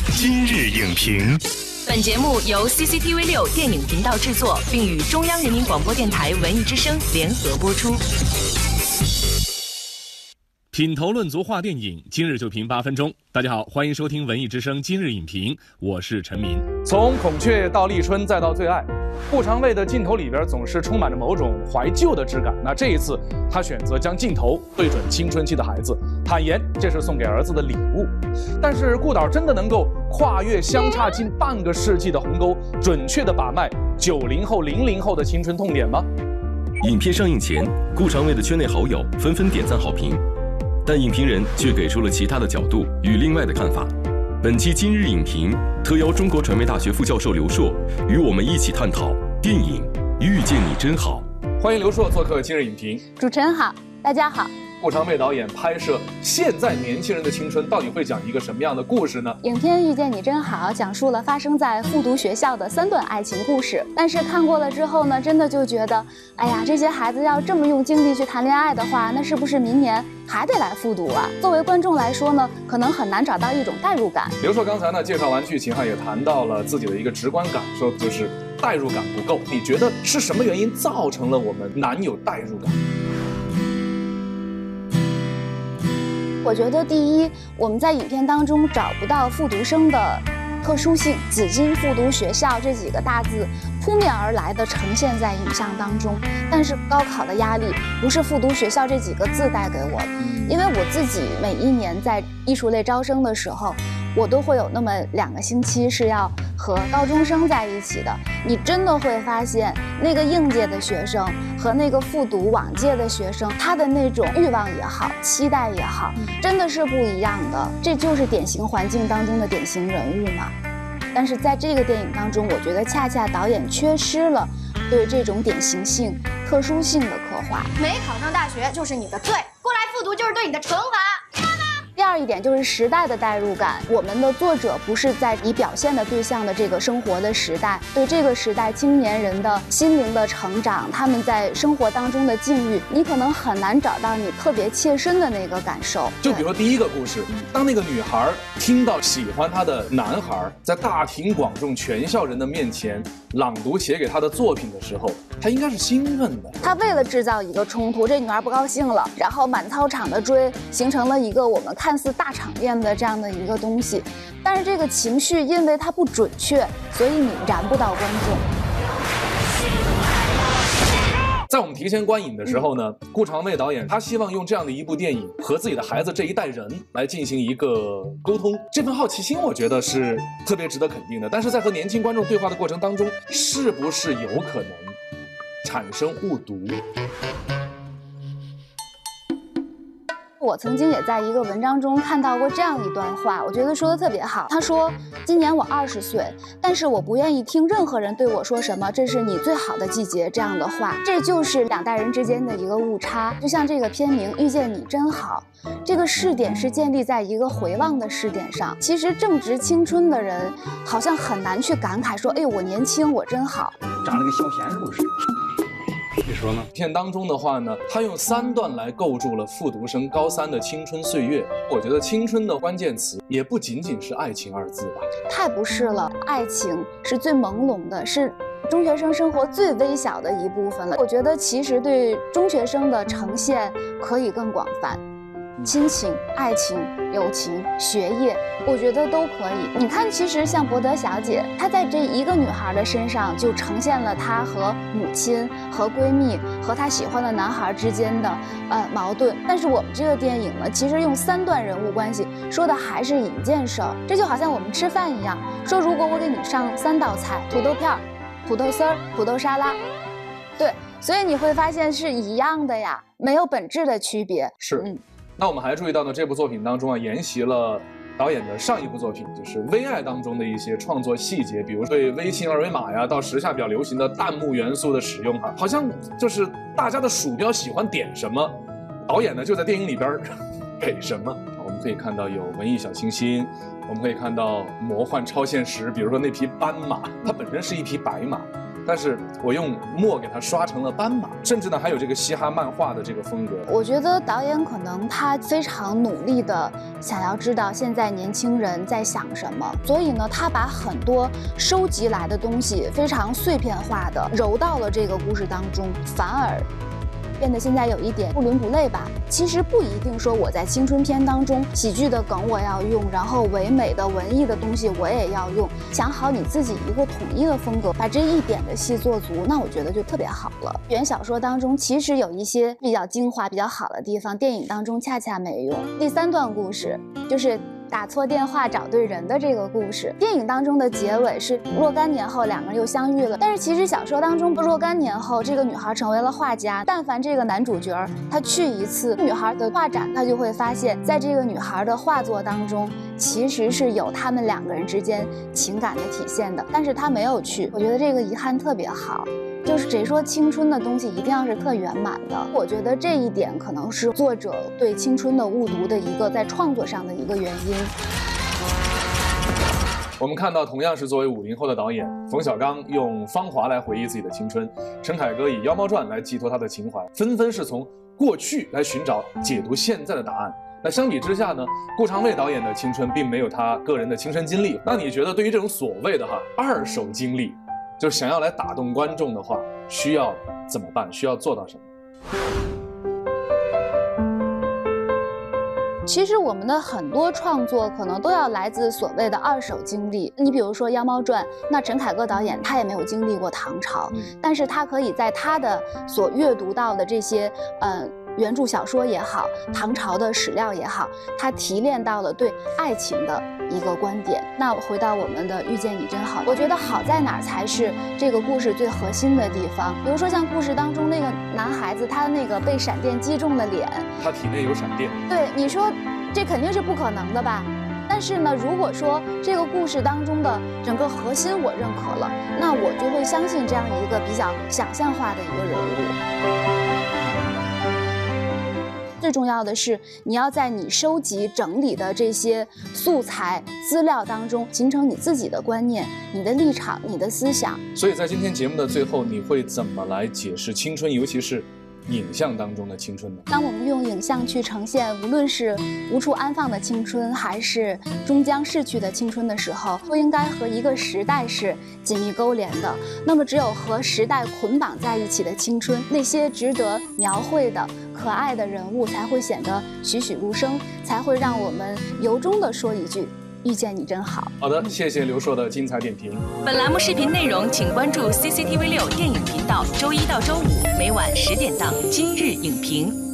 今日影评。 本节目由 CCTV6 电影频道制作，并与中央人民广播电台文艺之声联合播出。 品头论足话电影，今日就评8分钟。大家好，欢迎收听文艺之声今日影评，我是陈民。 从孔雀到立春再到最爱，顾长卫的镜头里边总是充满着某种怀旧的质感。那这一次，他选择将镜头对准青春期的孩子，坦言这是送给儿子的礼物。但是顾导真的能够跨越相差近半个世纪的鸿沟，准确地把脉90后、00后的青春痛点吗？ 影片上映前，顾长卫的圈内好友纷纷点赞好评。但影评人却给出了其他的角度与另外的看法。本期今日影评特邀中国传媒大学副教授刘硕与我们一起探讨电影《遇见你真好》。 欢迎刘硕做客今日影评。 主持人好，大家好。 顾长卫导演拍摄现在年轻人的青春，到底会讲一个什么样的故事呢？ 影片《遇见你真好》讲述了发生在复读学校的3段爱情故事。但是看过了之后呢，真的就觉得，哎呀，这些孩子要这么用精力去谈恋爱的话，那是不是明年还得来复读啊？作为观众来说呢，可能很难找到一种代入感。 刘硕刚才呢介绍完剧情也谈到了自己的一个直观感受，就是代入感不够。你觉得是什么原因造成了我们难有代入感？ 我觉得第一，我们在影片当中找不到复读生的特殊性，紫金复读学校这几个大字扑面而来的呈现在影像当中。但是高考的压力不是复读学校这几个字带给我的，因为我自己每一年在艺术类招生的时候，我都会有那么2个星期是要和高中生在一起的。你真的会发现，那个应届的学生和那个复读往届的学生，他的那种欲望也好，期待也好，真的是不一样的。这就是典型环境当中的典型人物嘛。但是在这个电影当中，我觉得恰恰导演缺失了对这种典型性、特殊性的刻画。 没考上大学就是你的罪，过来复读就是对你的惩罚。 第二一点就是时代的代入感，我们的作者不是在以表现的对象的这个生活的时代，对这个时代青年人的心灵的成长，他们在生活当中的境遇，你可能很难找到你特别切身的那个感受。 就比如说第一个故事，当那个女孩听到喜欢她的男孩在大庭广众全校人的面前朗读写给她的作品的时候，她应该是兴奋的。 她为了制造一个冲突，这女孩不高兴了，然后满操场的追，形成了一个我们看似大场面的这样的一个东西。但是这个情绪因为它不准确，所以你燃不到观众。 在我们提前观影的时候呢，顾长卫导演他希望用这样的一部电影和自己的孩子这一代人来进行一个沟通，这份好奇心我觉得是特别值得肯定的。但是在和年轻观众对话的过程当中，是不是有可能产生误读？ 我曾经也在一个文章中看到过这样一段话，我觉得说的特别好。他说，今年我20岁，但是我不愿意听任何人对我说什么这是你最好的季节这样的话。这就是2代人之间的一个误差。就像这个片名遇见你真好，这个试点是建立在一个回望的试点上。其实正值青春的人好像很难去感慨说，哎，我年轻，我真好。 长了个小鲜肉似的。 你说呢？片当中的话呢，他用3段来构筑了复读生高3的青春岁月。我觉得青春的关键词也不仅仅是爱情2字吧？ 太不是了，爱情是最朦胧的，是中学生生活最微小的一部分了。我觉得其实对中学生的呈现可以更广泛。亲情、爱情、友情、学业，我觉得都可以。你看，其实像博德小姐，她在这一个女孩的身上就呈现了她和母亲、和闺蜜、和她喜欢的男孩之间的矛盾。但是我们这个电影呢，其实用3段人物关系说的还是一件事儿。这就好像我们吃饭一样，说如果我给你上3道菜，土豆片、土豆丝儿、土豆沙拉，对，所以你会发现是一样的呀，没有本质的区别。 是，那我们还注意到呢，这部作品当中沿袭了导演的上一部作品，就是《微爱》当中的一些创作细节，比如对微信二维码呀，到时下比较流行的弹幕元素的使用好像就是大家的鼠标喜欢点什么，导演呢就在电影里边给什么。我们可以看到有文艺小清新，我们可以看到魔幻超现实，比如说那匹斑马，它本身是一匹白马， 但是我用墨给它刷成了斑马，甚至呢还有这个嘻哈漫画的这个风格。 我觉得导演可能他非常努力的想要知道现在年轻人在想什么，所以呢他把很多收集来的东西非常碎片化的揉到了这个故事当中，反而变得现在有一点不伦不类吧。其实不一定说我在青春片当中喜剧的梗我要用，然后唯美的文艺的东西我也要用，想好你自己一个统一的风格，把这一点的戏做足，那我觉得就特别好了。原小说当中其实有一些比较精华比较好的地方，电影当中恰恰没用。第3段故事就是打错电话找对人的这个故事，电影当中的结尾是若干年后2个人又相遇了，但是其实小说当中若干年后这个女孩成为了画家，但凡这个男主角他去一次女孩的画展，他就会发现在这个女孩的画作当中其实是有他们2个人之间情感的体现的，但是他没有去，我觉得这个遗憾特别好。就是谁说青春的东西一定要是特圆满的？我觉得这一点可能是作者对青春的误读的一个在创作上的一个原因。 我们看到，同样是作为50后的导演，冯小刚用《芳华》来回忆自己的青春，陈凯歌以《妖猫传》来寄托他的情怀，纷纷是从过去来寻找解读现在的答案。那相比之下呢，顾长卫导演的青春并没有他个人的亲身经历。那你觉得对于这种所谓的二手经历，就想要来打动观众的话，需要怎么办？需要做到什么？ 其实我们的很多创作可能都要来自所谓的二手经历。你比如说《妖猫传》，那陈凯歌导演他也没有经历过唐朝，但是他可以在他的所阅读到的这些原著小说也好，唐朝的史料也好，他提炼到了对爱情的一个观点。那回到我们的《遇见你真好》，我觉得好在哪儿才是这个故事最核心的地方。比如说像故事当中那个男孩子，他那个被闪电击中的脸， 他体内有闪电。 对，你说这肯定是不可能的吧？但是呢，如果说这个故事当中的整个核心我认可了，那我就会相信这样一个比较想象化的一个人物。最重要的是，你要在你收集整理的这些素材资料当中，形成你自己的观念、你的立场、你的思想。 所以在今天节目的最后，你会怎么来解释青春，尤其是影像当中的青春呢？ 当我们用影像去呈现，无论是无处安放的青春，还是终将逝去的青春的时候，都应该和一个时代是紧密勾连的。那么，只有和时代捆绑在一起的青春，那些值得描绘的可爱的人物，才会显得栩栩如生，才会让我们由衷地说一句：遇见你真好。 好的，谢谢刘硕的精彩点评。 本栏目视频内容，请关注 CCTV6电影频道，周1到周5每晚10点档《今日影评》。